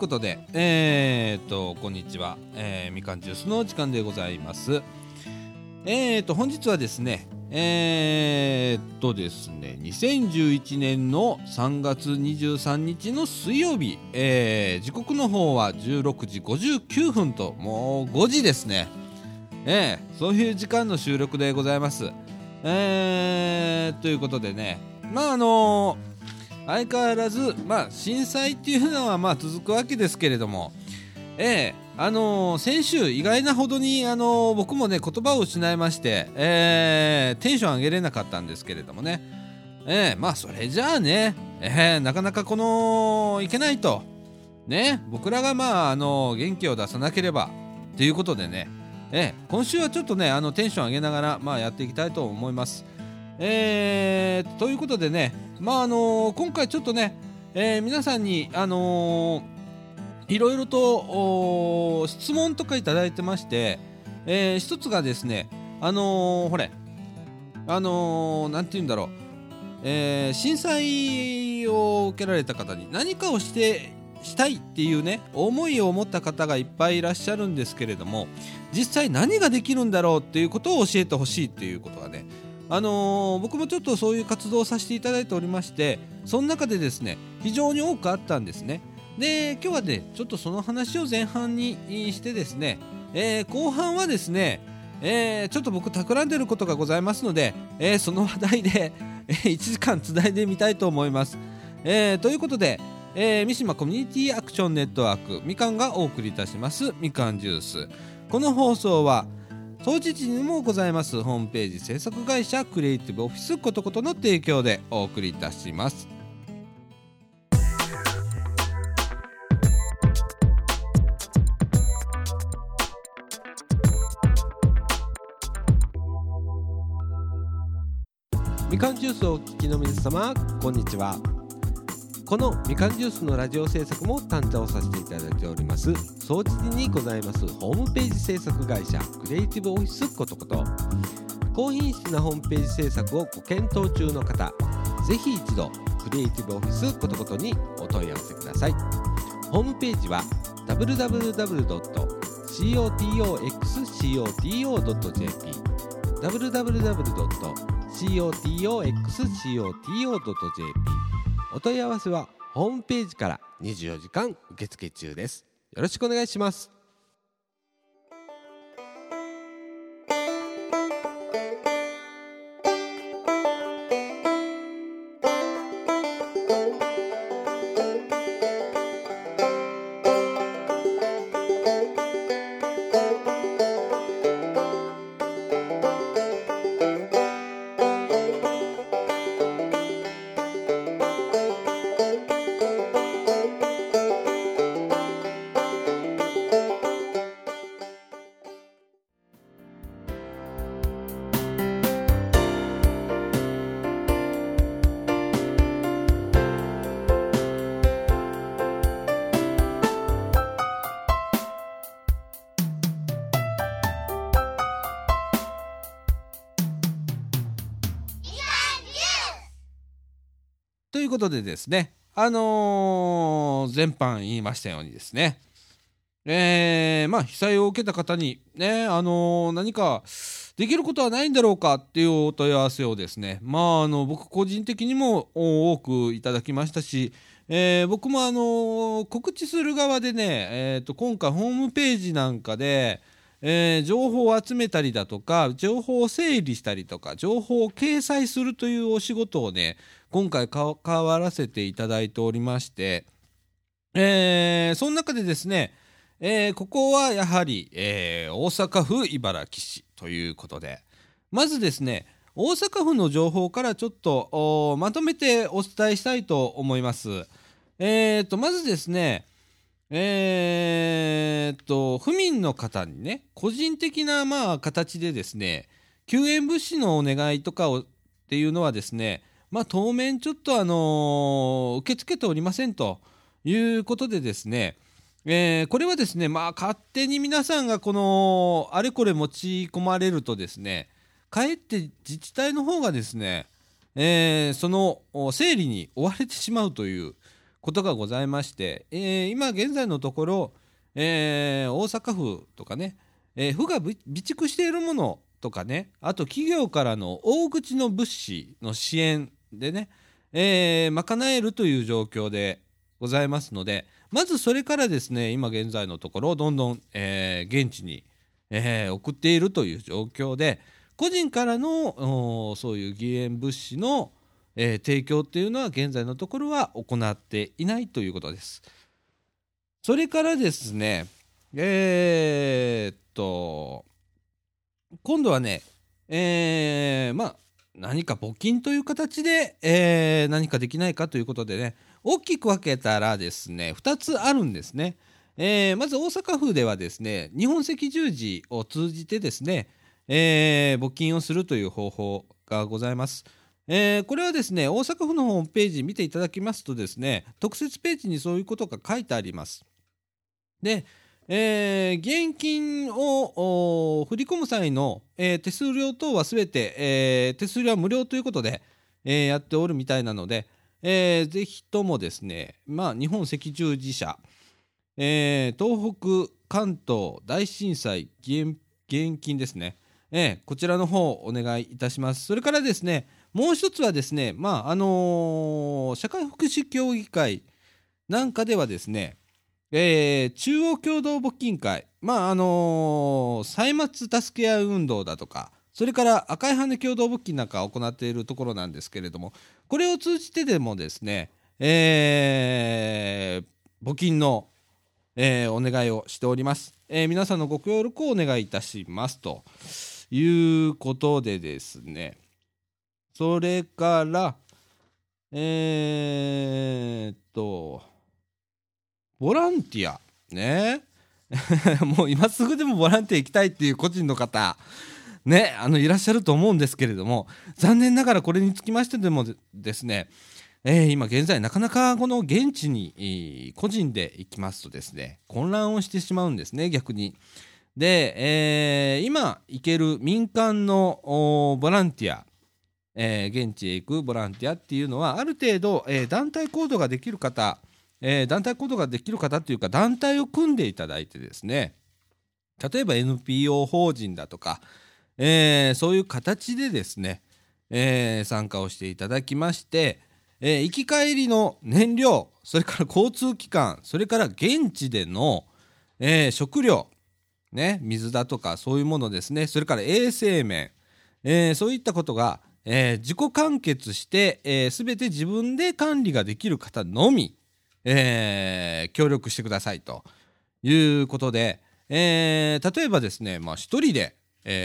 ことで、こんにちは、みかんジュースの時間でございます。本日はですね、2011年の3月23日の水曜日、時刻の方は16時59分と、もう5時ですね。そういう時間の収録でございます。ということでね、相変わらず、震災っていうのは続くわけですけれども、先週意外なほどに僕もね言葉を失いまして、テンション上げれなかったんですけれどもね、それじゃあね、なかなかいけないとね、僕らが元気を出さなければということでね、今週はちょっとねテンション上げながらやっていきたいと思います。ということでね、今回ちょっとね、皆さんにいろいろと質問とかいただいてまして、一つがですね、なんて言うんだろう、震災を受けられた方に何かをしたいっていうね思いを持った方がいっぱいいらっしゃるんですけれども、実際何ができるんだろうっていうことを教えてほしいっていうことがね、僕もちょっとそういう活動をさせていただいておりまして、その中でですね非常に多くあったんですね。で、今日はねちょっとその話を前半にしてですね、後半はですね、ちょっと僕企んでることがございますので、その話題で1時間つないでみたいと思います。ということで、三島コミュニティアクションネットワークみかんがお送りいたしますみかんジュース。この放送は当日にもございますホームページ制作会社クリエイティブオフィスことことの提供でお送りいたします。 みかんジュースをお聞きの皆様、こんにちは。このみかんジュースのラジオ制作も担当させていただいております総知事にございますホームページ制作会社クリエイティブオフィスことこと、高品質なホームページ制作をご検討中の方、ぜひ一度クリエイティブオフィスことことにお問い合わせください。ホームページは www.cotoxcoto.jp www.cotoxcoto.jp、 お問い合わせはホームページから24時間受付中です。よろしくお願いします。 ということでですね、前半言いましたようにですね、被災を受けた方にね、何かできることはないんだろうかっていうお問い合わせをですね、僕個人的にも多くいただきましたし、僕も告知する側でね、今回ホームページなんかで、情報を集めたりだとか、情報を整理したりとか、情報を掲載するというお仕事をね今回関わらせていただいておりまして、その中でですね、ここはやはり、大阪府茨木市ということで、まずですね大阪府の情報からちょっとまとめてお伝えしたいと思います。まずですね、府民の方にね個人的な形でですね救援物資のお願いとかっていうのはですね、当面ちょっと受け付けておりませんということでですね、これはですね勝手に皆さんがこのあれこれ持ち込まれるとですね、かえって自治体の方がですね、その整理に追われてしまうということがございまして、今現在のところ、大阪府とかね、府が備蓄しているものとかね、あと企業からの大口の物資の支援でね、賄えるという状況でございますので、まずそれからですね、今現在のところどんどん、現地に、送っているという状況で、個人からのそういう義援物資の、提供っていうのは現在のところは行っていないということです。それからですね、今度はね、何か募金という形で、何かできないかということでね、大きく分けたらですね、2つあるんですね。まず大阪府ではですね、日本赤十字を通じてですね、募金をするという方法がございます。これはですね、大阪府のホームページ見ていただきますとですね、特設ページにそういうことが書いてあります。で、現金を振り込む際の、手数料等はすべて、手数料は無料ということで、やっておるみたいなので、ぜひともですね、日本赤十字社、東北関東大震災義援金ですね、こちらの方お願いいたします。それからですね、もう一つはですね、社会福祉協議会なんかではですね、中央共同募金会、歳末助け合い運動だとか、それから赤い羽共同募金なんかを行っているところなんですけれども、これを通じてでもですね、募金の、お願いをしております。皆さんのご協力をお願いいたしますということでですね、それからボランティアねもう今すぐでもボランティア行きたいっていう個人の方ね、いらっしゃると思うんですけれども、残念ながらこれにつきましてでもですね、今現在なかなかこの現地に個人で行きますとですね、混乱をしてしまうんですね、逆に。で、今行ける民間のボランティア、現地へ行くボランティアっていうのはある程度、団体行動ができる方、団体行動ができる方というか団体を組んでいただいてですね、例えば NPO 法人だとか、そういう形でですね、参加をしていただきまして、行き帰りの燃料、それから交通機関、それから現地での、食料、ね、水だとかそういうものですね、それから衛生面、そういったことが、自己完結して、全て自分で管理ができる方のみ、協力してくださいということで、例えばですね、一人で、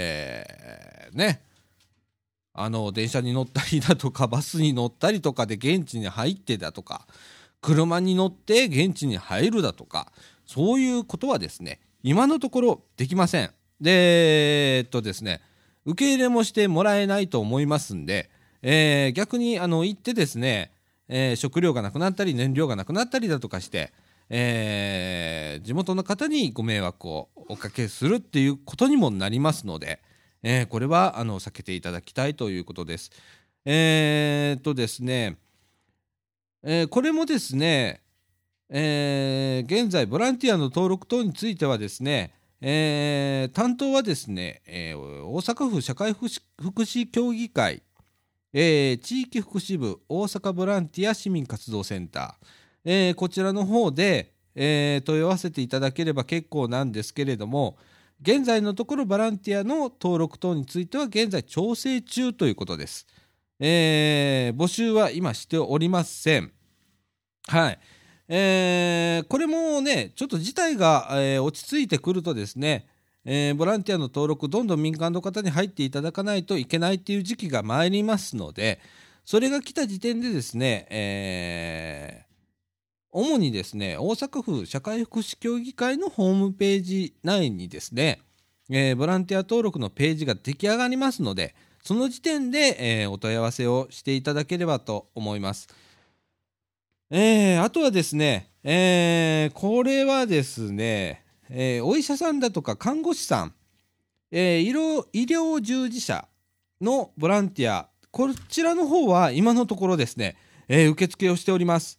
電車に乗ったりだとかバスに乗ったりとかで現地に入ってだとか、車に乗って現地に入るだとか、そういうことはですね、今のところできません。で、ですね、受け入れもしてもらえないと思いますんで、逆に行ってですね、食料がなくなったり燃料がなくなったりだとかして、地元の方にご迷惑をおかけするっていうことにもなりますので、これは避けていただきたいということです。ですね、これもですね、現在ボランティアの登録等についてはですね、担当はですね、大阪府社会福祉協議会、地域福祉部大阪ボランティア市民活動センター、こちらの方で、問い合わせていただければ結構なんですけれども、現在のところボランティアの登録等については現在調整中ということです。募集は今しておりません。はい。これもね、ちょっと事態が、落ち着いてくるとですね、ボランティアの登録どんどん民間の方に入っていただかないといけないっていう時期が参りますので、それが来た時点でですね、主にですね、大阪府社会福祉協議会のホームページ内にですね、ボランティア登録のページが出来上がりますので、その時点で、お問い合わせをしていただければと思います。あとはですね、これはですね、お医者さんだとか看護師さん、医療従事者のボランティア、こちらの方は今のところですね、受付をしております。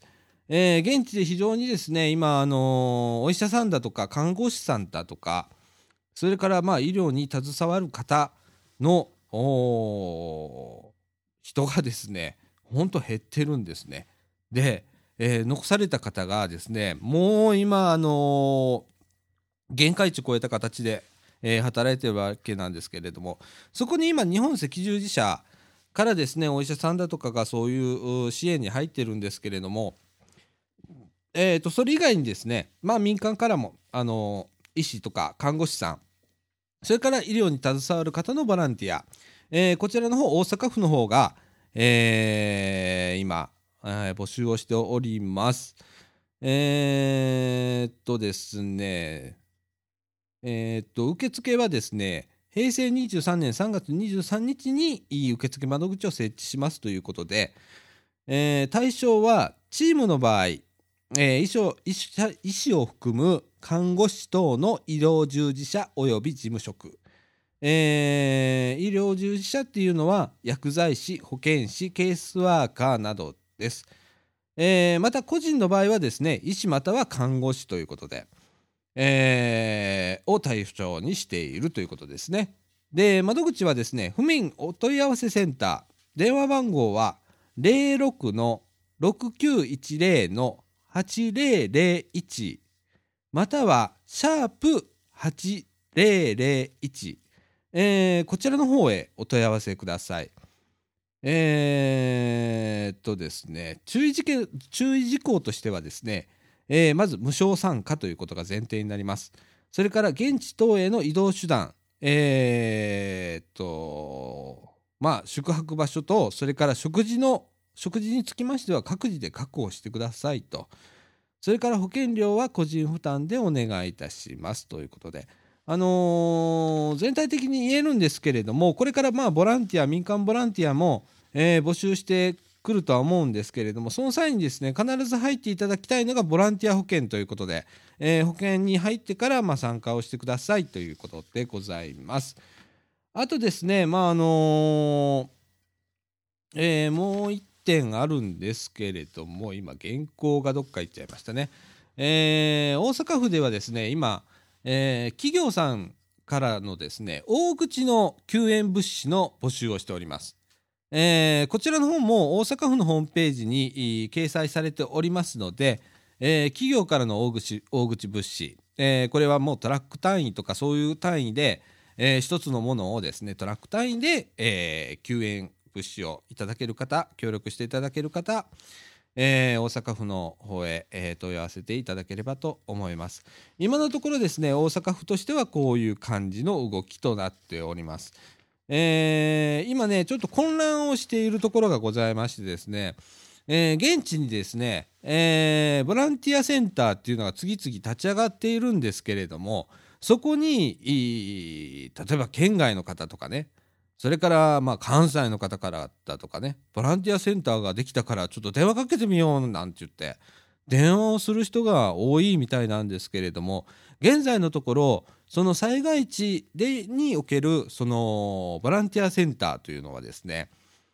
現地で非常にですね今、お医者さんだとか看護師さんだとかそれから医療に携わる方の人がですねほんと減ってるんですね。で、残された方がですねもう今限界値超えた形で、働いてるわけなんですけれども、そこに今日本赤十字社からですねお医者さんだとかがそういう支援に入ってるんですけれども、それ以外にですね民間からも医師とか看護師さんそれから医療に携わる方のボランティア、こちらの方大阪府の方が、今、募集をしております。ですね受付はですね平成23年3月23日に受付窓口を設置しますということで、対象はチームの場合、医師を含む看護師等の医療従事者及び事務職、医療従事者っていうのは薬剤師、保健師、ケースワーカーなどです。また個人の場合はですね医師または看護師ということで、を対象にしているということですね。で窓口はですね府民お問い合わせセンター電話番号は06-6910-8001または#8001、こちらの方へお問い合わせください。ですね注意事項としてはですね、まず無償参加ということが前提になります。それから現地等への移動手段、宿泊場所とそれから食事につきましては各自で確保してくださいと。それから保険料は個人負担でお願いいたしますということで、全体的に言えるんですけれどもこれからボランティア民間ボランティアも、募集してくるとは思うんですけれどもその際にですね必ず入っていただきたいのがボランティア保険ということで、保険に入ってから参加をしてくださいということでございます。あとですねもう一点あるんですけれども今原稿がどっか行っちゃいましたね。大阪府ではですね今、企業さんからのですね大口の救援物資の募集をしております。こちらの方も大阪府のホームページに掲載されておりますので、企業からの大口物資、これはもうトラック単位とかそういう単位で、一つのものをですねトラック単位で、救援物資をいただける方協力していただける方、大阪府の方へ、問い合わせていただければと思います。今のところですね大阪府としてはこういう感じの動きとなっております。今ねちょっと混乱をしているところがございましてですね、現地にですね、ボランティアセンターっていうのが次々立ち上がっているんですけれどもそこに例えば県外の方とかねそれから関西の方からだとかねボランティアセンターができたからちょっと電話かけてみようなんて言って電話をする人が多いみたいなんですけれども現在のところその災害地におけるそのボランティアセンターというのはですね、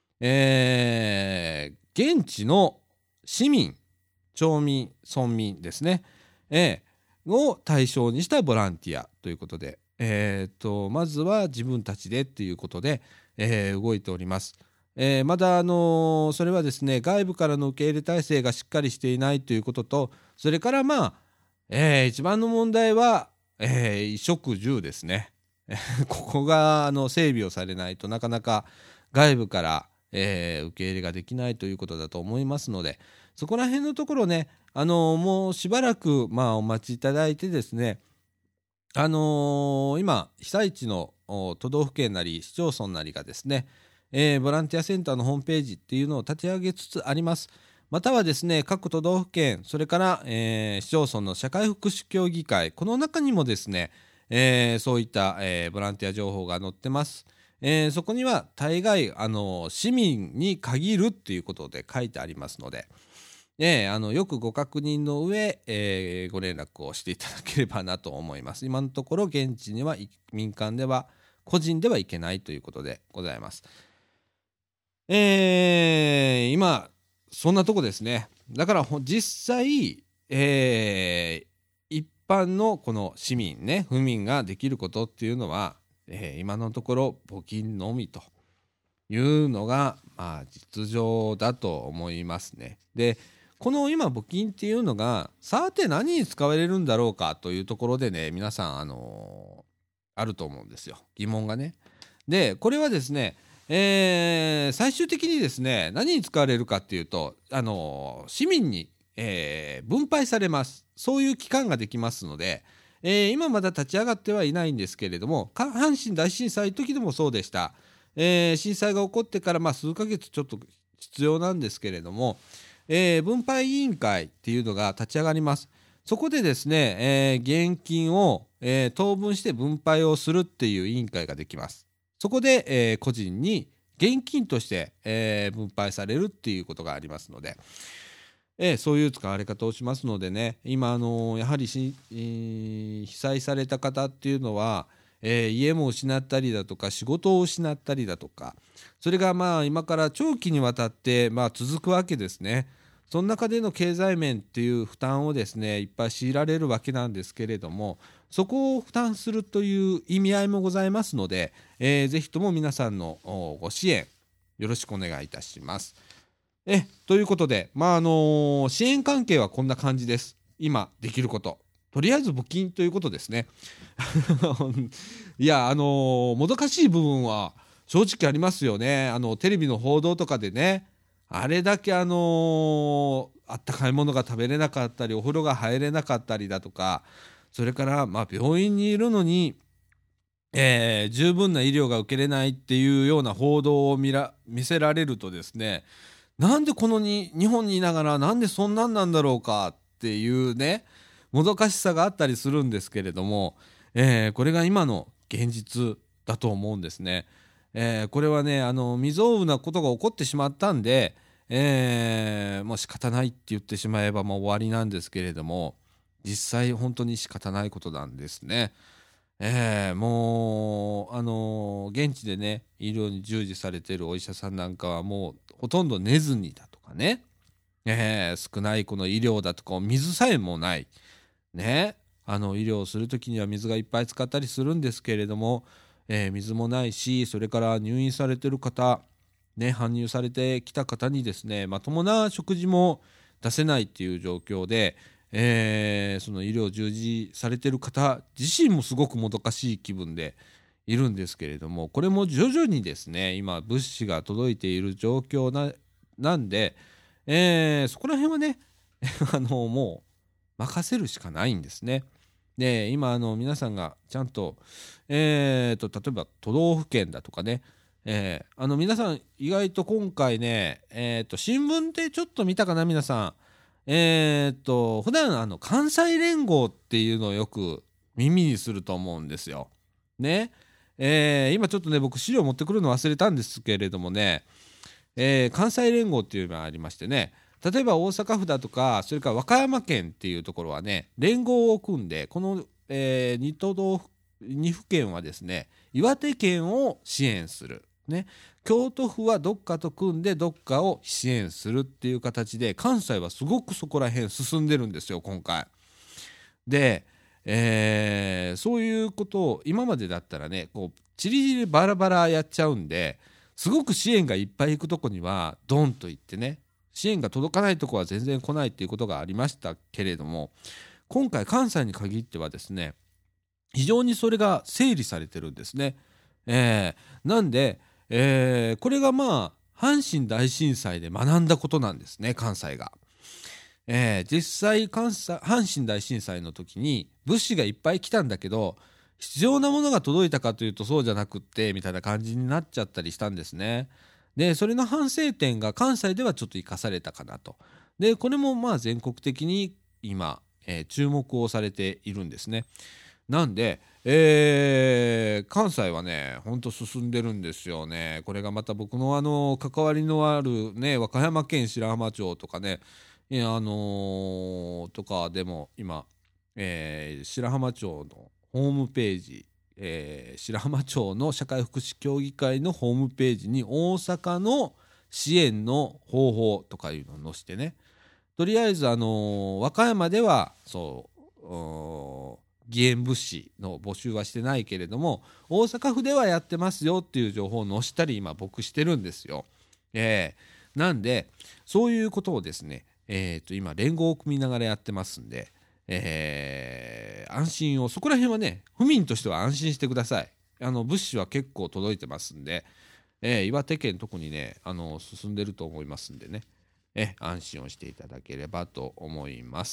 現地の市民町民村民ですね、を対象にしたボランティアということで、まずは自分たちでということで、動いております。まだそれはですね外部からの受け入れ体制がしっかりしていないということとそれから一番の問題は、衣食住ですねここが整備をされないとなかなか外部から、受け入れができないということだと思いますのでそこら辺のところねもうしばらくお待ちいただいてですね今被災地の都道府県なり市町村なりがですね、ボランティアセンターのホームページっていうのを立ち上げつつあります。またはですね各都道府県それから、市町村の社会福祉協議会この中にもですね、そういった、ボランティア情報が載ってます。そこには大概市民に限るっていうことで書いてありますので、よくご確認の上、ご連絡をしていただければなと思います。今のところ現地には民間では個人では行けないということでございます。今そんなとこですね。 だから実際、一般のこの市民ね、府民ができることっていうのは、今のところ募金のみというのが、実情だと思いますね。で、この今募金っていうのがさて何に使われるんだろうかというところでね、皆さんあると思うんですよ、疑問がね。でこれはですね、最終的にですね、何に使われるかっていうと、市民に、分配されます。そういう期間ができますので、今まだ立ち上がってはいないんですけれども、阪神大震災の時でもそうでした。震災が起こってから数ヶ月ちょっと必要なんですけれども、分配委員会っていうのが立ち上がります。そこでですね、現金を、当分して分配をするっていう委員会ができます。そこで、個人に現金として、分配されるっていうことがありますので、そういう使われ方をしますのでね、今やはり被災された方っていうのは、家も失ったりだとか仕事を失ったりだとか、それが今から長期にわたって、続くわけですね。その中での経済面っていう負担をですね、いっぱい強いられるわけなんですけれども、そこを負担するという意味合いもございますので、ぜひとも皆さんのご支援よろしくお願いいたします。ということで、支援関係はこんな感じです。今できること、とりあえず募金ということですね。いや、もどかしい部分は正直ありますよね。テレビの報道とかでね、あれだけあったかいものが食べれなかったり、お風呂が入れなかったりだとか、それから病院にいるのに、十分な医療が受けれないっていうような報道を見せられるとですね、なんでこの日本にいながらなんでそんなんなんだろうかっていうね、もどかしさがあったりするんですけれども、これが今の現実だと思うんですね。これはね、未曾有なことが起こってしまったんで、もう仕方ないって言ってしまえばもう終わりなんですけれども、実際本当に仕方ないことなんですね。もう現地でね、医療に従事されているお医者さんなんかはもうほとんど寝ずにだとかね、少ないこの医療だとか水さえもないね、医療をするときには水がいっぱい使ったりするんですけれども、水もないし、それから入院されてる方ね、搬入されてきた方にですね、まともな食事も出せないっていう状況で、その医療従事されてる方自身もすごくもどかしい気分でいるんですけれども、これも徐々にですね、今物資が届いている状況なんで、そこら辺はねもう任せるしかないんですね。で、今皆さんがちゃんと、例えば都道府県だとかね、皆さん意外と今回ね、新聞でちょっと見たかな皆さん、普段関西連合っていうのをよく耳にすると思うんですよ。ね、今ちょっとね僕資料持ってくるの忘れたんですけれどもね、関西連合っていうのがありましてね、例えば大阪府だとか、それから和歌山県っていうところはね、連合を組んで、この、2府県はですね、岩手県を支援する、ね、京都府はどっかと組んでどっかを支援するっていう形で、関西はすごくそこら辺進んでるんですよ今回。で、そういうことを今までだったらね、こうチリチリバラバラやっちゃうんで、すごく支援がいっぱい行くとこにはドンと行ってね、支援が届かないとこは全然来ないっていうことがありましたけれども、今回関西に限ってはですね、非常にそれが整理されてるんですね。なんで、これが阪神大震災で学んだことなんですね、関西が。実際阪神大震災の時に物資がいっぱい来たんだけど、必要なものが届いたかというとそうじゃなくってみたいな感じになっちゃったりしたんですね。でそれの反省点が関西ではちょっと生かされたかなと。でこれも全国的に今、注目をされているんですね。なんで、関西はねほんと進んでるんですよね。これがまた僕の関わりのあるね、和歌山県白浜町とかね、とかでも今、白浜町のホームページ、白浜町の社会福祉協議会のホームページに大阪の支援の方法とかいうのを載せてね、 とりあえず和歌山ではそう義援物資の募集はしてないけれども、大阪府ではやってますよっていう情報を載せたり今僕してるんですよ。なんでそういうことをですね、今連合を組みながらやってますんで、安心を、そこら辺はね府民としては安心してください。物資は結構届いてますんで、岩手県特にね進んでると思いますんでね、安心をしていただければと思います。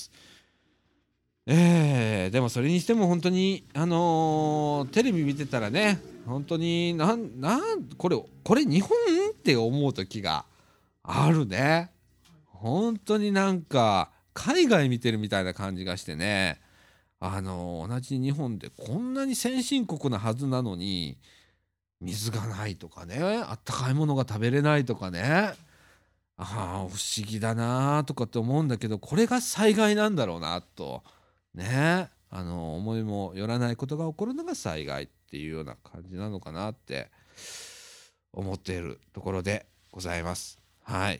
でもそれにしても本当にテレビ見てたらね、本当にこれ日本って思う時があるね。本当になんか海外見てるみたいな感じがしてね、同じ日本でこんなに先進国なはずなのに水がないとかね、あったかいものが食べれないとかね、不思議だなとかって思うんだけど、これが災害なんだろうなとね、思いもよらないことが起こるのが災害っていうような感じなのかなって思っているところでございます。はい。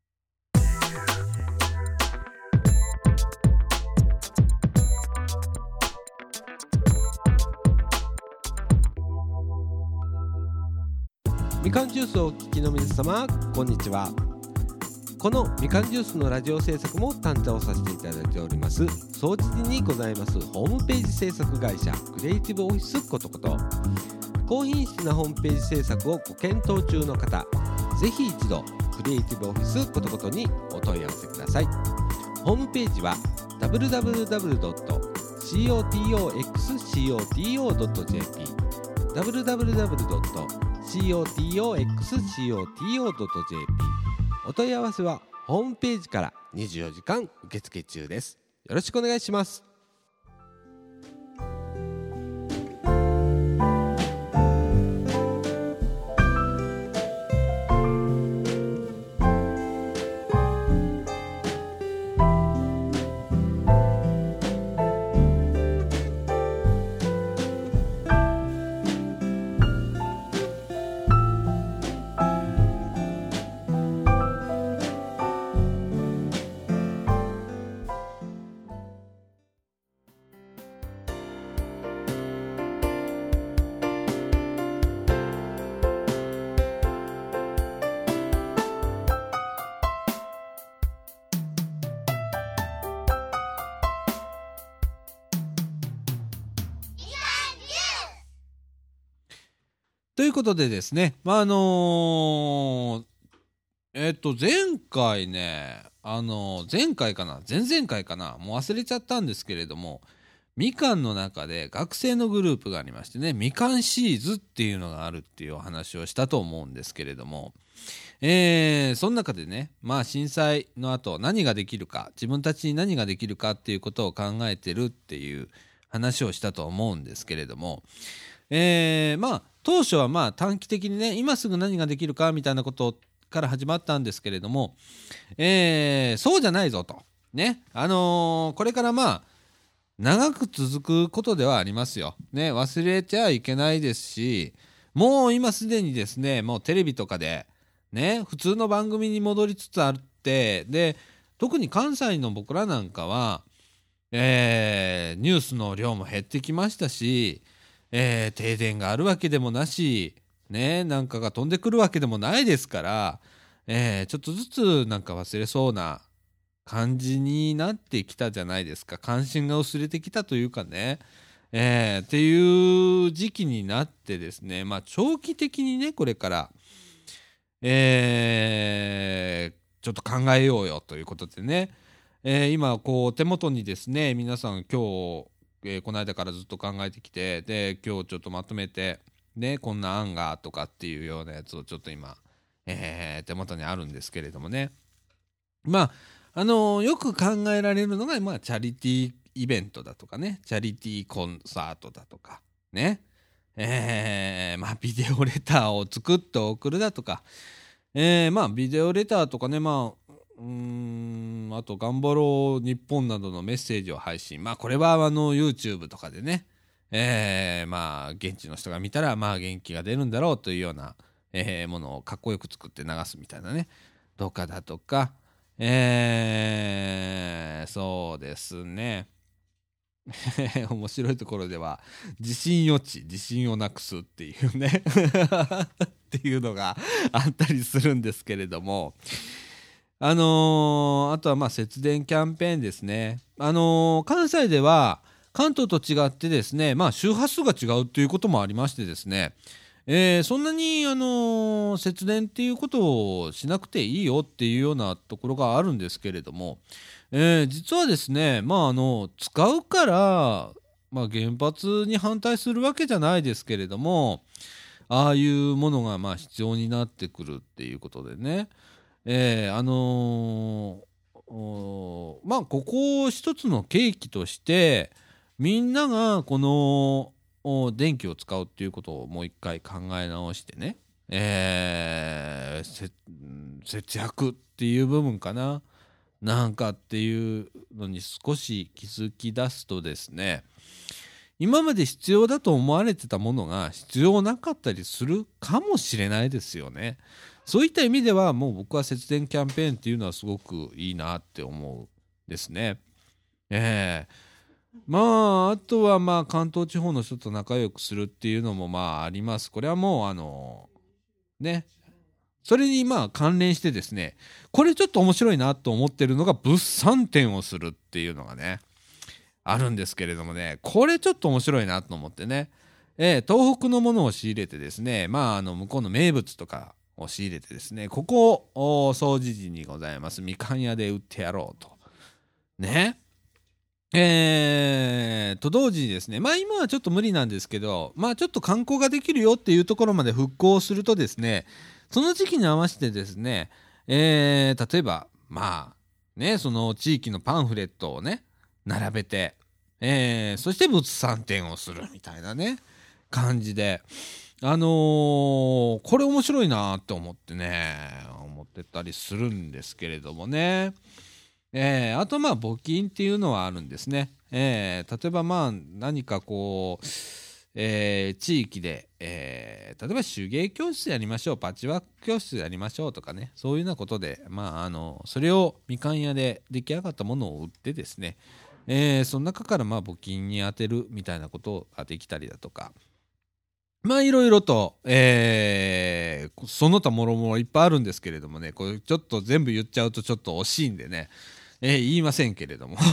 みかんジュースをお聞きの皆様、こんにちは。このみかんジュースのラジオ制作も担当させていただいております総知事にございますホームページ制作会社クリエイティブオフィスことこと。高品質なホームページ制作をご検討中の方、ぜひ一度クリエイティブオフィスことことにお問い合わせください。ホームページは www.cotoxcoto.jp www.cotoxcoto.jp。 お問い合わせはホームページから24時間受付中です。よろしくお願いします。 ということでですね、前回ね、前回かな、前々回かな、もう忘れちゃったんですけれども、みかんの中で学生のグループがありましてね、みかんシーズっていうのがあるっていうお話をしたと思うんですけれども、その中でね、震災の後何ができるか、自分たちに何ができるかっていうことを考えてるっていう話をしたと思うんですけれども、当初は短期的にね、今すぐ何ができるかみたいなことから始まったんですけれども、そうじゃないぞとね、これから長く続くことではありますよね。忘れちゃいけないですし、もう今すでにですね、もうテレビとかでね、普通の番組に戻りつつあって、で特に関西の僕らなんかは、ニュースの量も減ってきましたし、停電があるわけでもなし、ね、なんかが飛んでくるわけでもないですから、ちょっとずつなんか忘れそうな感じになってきたじゃないですか。関心が薄れてきたというかね、っていう時期になってですね、長期的にね、これから、ちょっと考えようよということでね、今こう手元にですね、皆さん今日この間からずっと考えてきて、で今日ちょっとまとめてね、こんな案がとかっていうようなやつをちょっと今、手元にあるんですけれどもね、よく考えられるのが、チャリティーイベントだとかね、チャリティーコンサートだとかね、ビデオレターを作って送るだとか、ビデオレターとかね、あと頑張ろう日本などのメッセージを配信、これはYouTube とかでね、現地の人が見たら元気が出るんだろうというような、ものをかっこよく作って流すみたいなね、とかだとか、 そうですね面白いところでは自信予知自信をなくすっていうねっていうのがあったりするんですけれども、あとはまあ節電キャンペーンですね。関西では関東と違ってですね、まあ周波数が違うということもありましてですね、そんなに、節電っていうことをしなくていいよっていうようなところがあるんですけれども、実はですね、まあ、使うから、まあ、原発に反対するわけじゃないですけれども、ああいうものがまあ必要になってくるっていうことでね、まあここを一つの契機としてみんながこの電気を使うっていうことをもう一回考え直してね、節約っていう部分かななんかっていうのに少し気づき出すとですね、今まで必要だと思われてたものが必要なかったりするかもしれないですよね。そういった意味ではもう僕は節電キャンペーンっていうのはすごくいいなって思うですね。まああとはまあ関東地方の人と仲良くするっていうのもまああります。これはもうね、それにまあ関連してですね、これちょっと面白いなと思ってるのが物産展をするっていうのがねあるんですけれどもね、これちょっと面白いなと思ってね、東北のものを仕入れてですね、まあ向こうの名物とかを仕入れてですね、ここを掃除時にございますみかん屋で売ってやろうとね。と同時にですね、まあ今はちょっと無理なんですけど、まあちょっと観光ができるよっていうところまで復興するとですね、その時期に合わせてですね、例えばまあね、その地域のパンフレットをね並べて、そして物産展をするみたいなね感じで、これ面白いなって思ってね思ってたりするんですけれどもね。あとまあ募金っていうのはあるんですね。例えばまあ何かこう、地域で、例えば手芸教室やりましょう、パッチワーク教室やりましょうとかね、そういうようなことで、まあ、それをみかん屋で出来上がったものを売ってですね、その中からまあ募金に充てるみたいなことができたりだとか、まあいろいろと、その他もろもろいっぱいあるんですけれどもね、これちょっと全部言っちゃうとちょっと惜しいんでね、言いませんけれども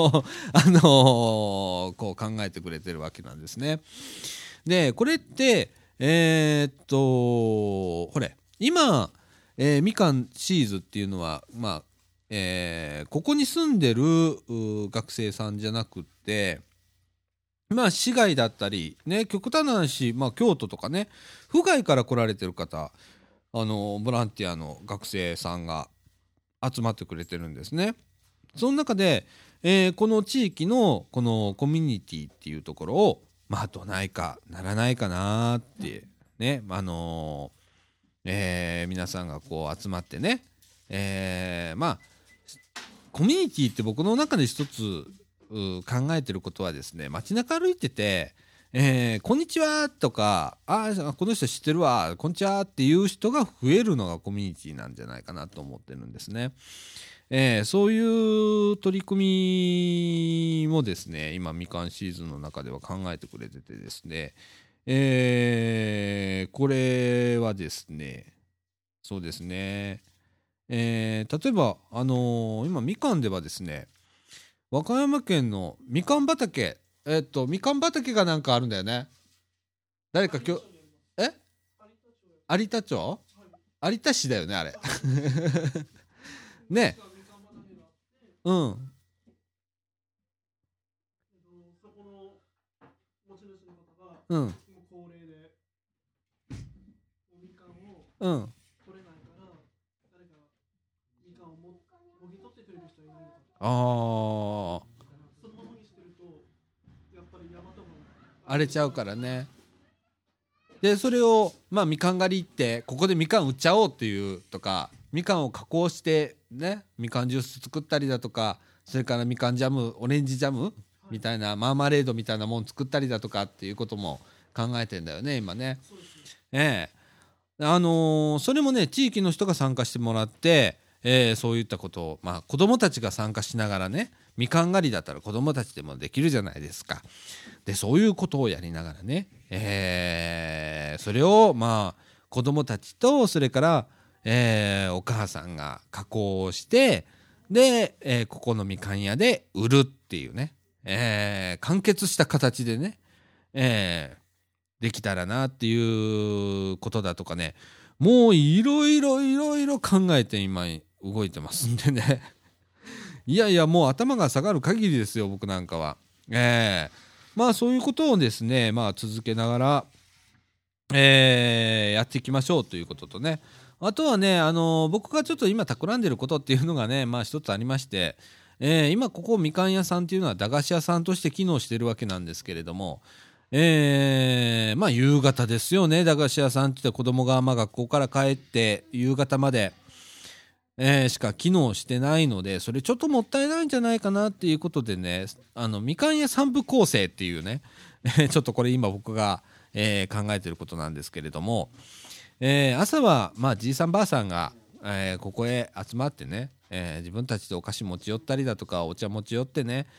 こう考えてくれてるわけなんですね。でこれってほれ今、みかんシーズっていうのはまあ、ここに住んでる学生さんじゃなくってまあ市外だったりね、極端な話、まあ、京都とかね府外から来られてる方ボランティアの学生さんが集まってくれてるんですね。その中で、この地域のこのコミュニティっていうところをまあどないかならないかなってね、皆さんがこう集まってね、まあコミュニティって僕の中で一つ考えてることはですね、街中歩いててこんにちはとかこの人知ってるわこんにちはっていう人が増えるのがコミュニティなんじゃないかなと思ってるんですね。そういう取り組みもですね今みかんシーズンの中では考えてくれててですね、これはですねそうですね、例えば今みかんではですね和歌山県のみかん畑みかん畑がなんかあるんだよね。誰か今日有田町有田市だよねあれねうんうんうんあ荒れちゃうからね。でそれをまあみかん狩りってここでみかん売っちゃおうっていうとかみかんを加工してねみかんジュース作ったりだとかそれからみかんジャムオレンジジャムみたいなマーマレードみたいなもん作ったりだとかっていうことも考えてんだよね今ね。それもね地域の人が参加してもらって、 そういったことを、子どもたちが参加しながらね、みかん狩りだったら子どもたちでもできるじゃないですか。でそういうことをやりながらね、それを子どもたちとそれから、お母さんが加工をして、で、ここのみかん屋で売るっていうね、完結した形でね、できたらなっていうことだとかね、もういろいろ考えて今動いてますんでねいやいや、もう頭が下がる限りですよ、僕なんかは。そういうことをですね、続けながら、やっていきましょうということとね、あとはね、僕がちょっと今企んでることっていうのがね、一つありまして、今ここみかん屋さんっていうのは駄菓子屋さんとして機能してるわけなんですけれども、夕方ですよね。駄菓子屋さんって言って子供が学校から帰って夕方まで、しか機能してないので、それちょっともったいないんじゃないかなっていうことでね、みかん屋3部構成っていうねちょっとこれ今僕が、考えてることなんですけれども、朝はじいさんばあさんが、ここへ集まってね、自分たちでお菓子持ち寄ったりだとかお茶持ち寄ってね、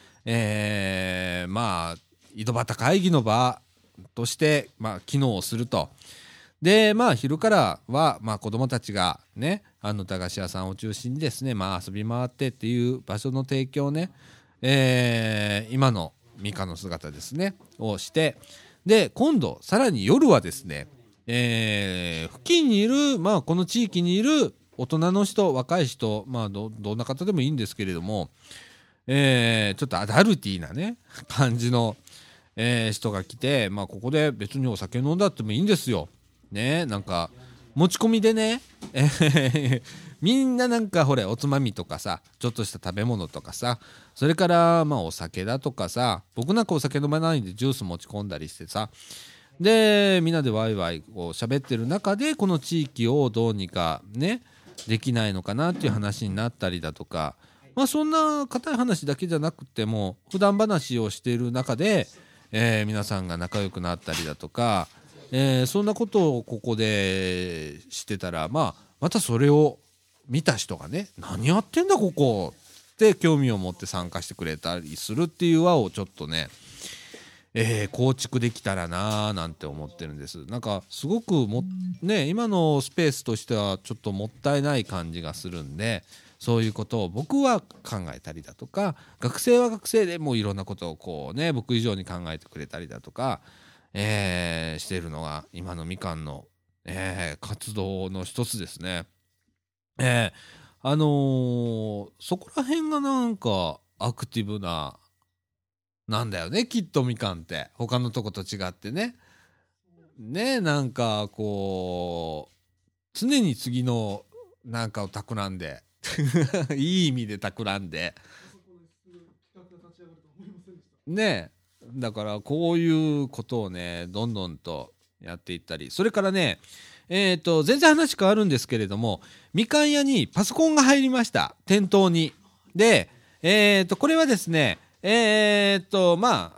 井戸端会議の場として、機能をすると。で昼からは、子どもたちがね、駄菓子屋さんを中心にですね、遊び回ってっていう場所の提供ね、今のみかんの姿ですねをして、で今度さらに夜はですね、付近にいる、この地域にいる大人の人、若い人、どんな方でもいいんですけれども、ちょっとアダルティーなね感じの、人が来て、ここで別にお酒飲んだってもいいんですよね。なんか持ち込みでね、みんななんかほれおつまみとかさ、ちょっとした食べ物とかさ、それからお酒だとかさ、僕なんかお酒飲まないんでジュース持ち込んだりしてさ、でみんなでワイワイこう喋ってる中で、この地域をどうにかねできないのかなっていう話になったりだとか、そんな固い話だけじゃなくても普段話をしている中で、皆さんが仲良くなったりだとか、そんなことをここでしてたら、またそれを見た人がね、何やってんだここって興味を持って参加してくれたりするっていう輪をちょっとね、構築できたらなーなんて思ってるんです。なんかすごく今のスペースとしてはちょっともったいない感じがするんで、そういうことを僕は考えたりだとか、学生は学生でもういろんなことをこうね、僕以上に考えてくれたりだとか、しているのが今のみかんの、活動の一つですね。そこら辺がなんかアクティブなんだよね、きっとみかんって他のとこと違ってね。なんかこう常に次のなんかを企んでいい意味で企んでね、だからこういうことをねどんどんとやっていったり、それからね全然話変わるんですけれども、みかん屋にパソコンが入りました、店頭に。でこれはですねこれ言う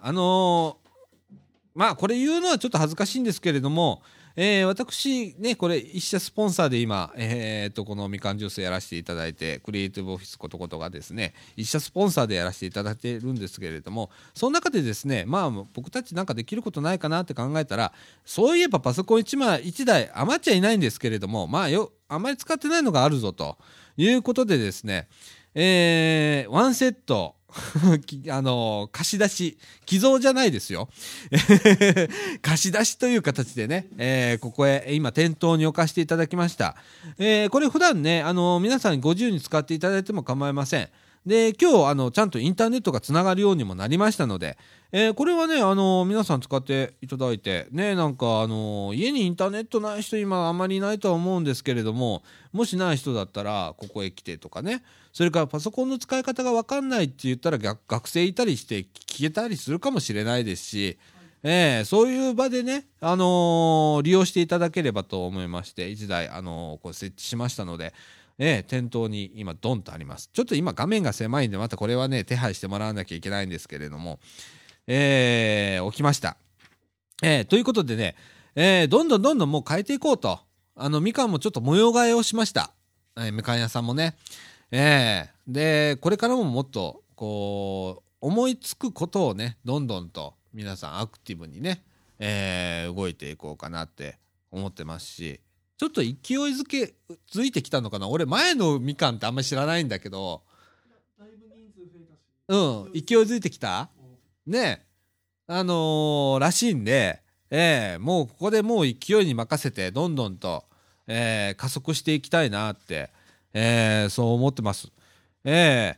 のはちょっと恥ずかしいんですけれども、私ねこれ一社スポンサーで今、このみかんジュースやらせていただいて、クリエイティブオフィスことことがですね一社スポンサーでやらせていただいているんですけれども、その中でですね僕たちなんかできることないかなって考えたら、そういえばパソコン1台余っちゃいないんですけれども、あまり使ってないのがあるぞということでですね、ワンセット貸し出し、寄贈じゃないですよ貸し出しという形でね、ここへ今店頭に置かせていただきました。これ普段ね皆さんご自由に使っていただいても構いません。で今日ちゃんとインターネットがつながるようにもなりましたので、これはね皆さん使っていただいてね、なんか家にインターネットない人今あんまりいないとは思うんですけれども、もしない人だったらここへ来てとかね、それからパソコンの使い方が分かんないって言ったら学生いたりして聞けたりするかもしれないですし、そういう場でね、利用していただければと思いまして1台こう設置しましたので、店頭に今ドンとあります。ちょっと今画面が狭いんでまたこれはね手配してもらわなきゃいけないんですけれども、置きました。ということでね、どんどんもう変えていこうと、みかんもちょっと模様替えをしました。 みかん屋さんもね、でこれからももっとこう思いつくことをねどんどんと皆さんアクティブにね、動いていこうかなって思ってますし、ちょっと勢いづいてきたのかな。俺前のみかんってあんまり知らないんだけど、 だいぶ人数増えたし、 勢いづいてきたね、らしいんで、もうここでもう勢いに任せてどんどんと、加速していきたいなって、そう思ってます。ね、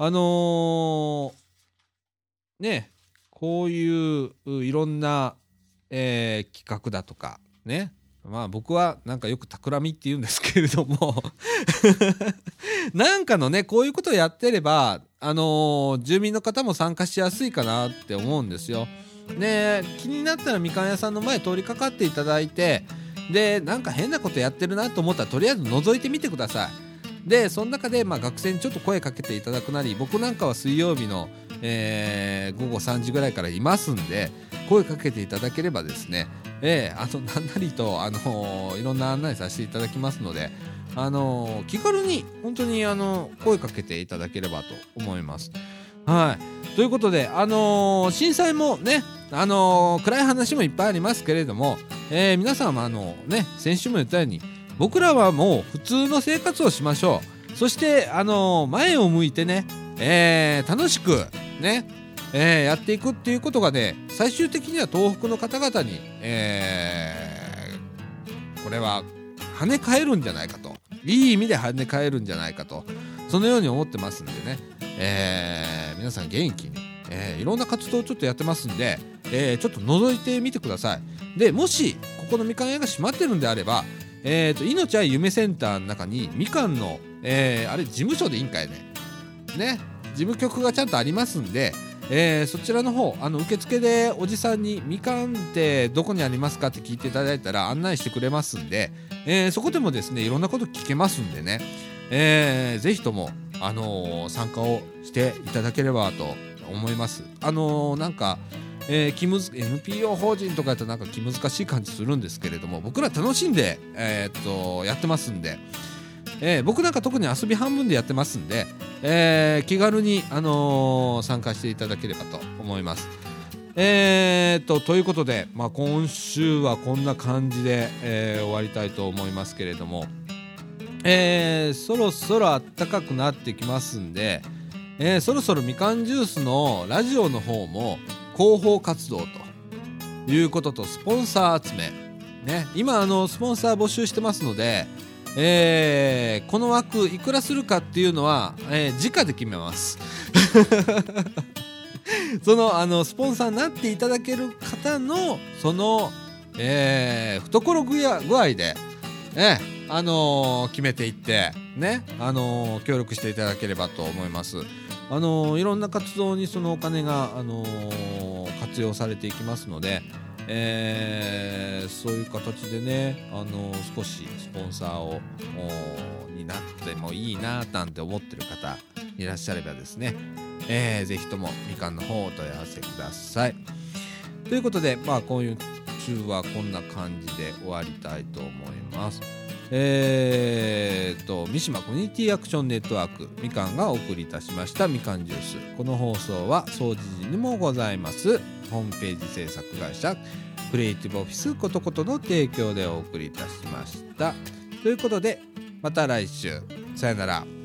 こういういろんな、企画だとかね、まあ僕はなんかよく企みって言うんですけれどもなんかのねこういうことをやってれば住民の方も参加しやすいかなって思うんですよ。で気になったらみかん屋さんの前通りかかっていただいて、でなんか変なことやってるなと思ったらとりあえず覗いてみてください。でその中で、学生にちょっと声かけていただくなり、僕なんかは水曜日の、午後3時ぐらいからいますんで声かけていただければですね、なんなりと、いろんな案内させていただきますので、気軽に本当に声かけていただければと思います。はい、ということで、震災もね、暗い話もいっぱいありますけれども、皆さんも先週も言ったように僕らはもう普通の生活をしましょう。そして前を向いてね、楽しくね、やっていくっていうことがね、最終的には東北の方々に、これは跳ね返るんじゃないかと、いい意味で跳ね返るんじゃないかと、そのように思ってますんでね、皆さん元気に、いろんな活動をちょっとやってますんで、ちょっと覗いてみてください。でもしここのみかん屋が閉まってるんであれば、命愛夢センターの中にみかんの、あれ事務所でいいんかいね、事務局がちゃんとありますんで、そちらの方受付でおじさんにみかんってどこにありますかって聞いていただいたら案内してくれますんで、そこでもですねいろんなこと聞けますんでね、ぜひとも、参加をしていただければと思います。なんかNPO 法人とかやったらなんか気難しい感じするんですけれども、僕ら楽しんで、やってますんで、僕なんか特に遊び半分でやってますんで、気軽に、参加していただければと思います。ということで、今週はこんな感じで、終わりたいと思いますけれども、そろそろ暖かくなってきますんで、そろそろみかんジュースのラジオの方も広報活動ということとスポンサー集め、ね、今スポンサー募集してますので、この枠いくらするかっていうのは、直で決めますそのスポンサーになっていただける方のその、懐具合で、決めていってね、協力していただければと思います。いろんな活動にそのお金が、活用されていきますので、そういう形でね、少しスポンサーになってもいいななんて思ってる方いらっしゃればですね、ぜひともみかんの方をお問い合わせください。ということで、今週はこんな感じで終わりたいと思います。三島コミュニティアクションネットワークみかんがお送りいたしましたみかんジュース。この放送は総知事にもございますホームページ制作会社クリエイティブオフィスことことの提供でお送りいたしました。ということでまた来週、さよなら。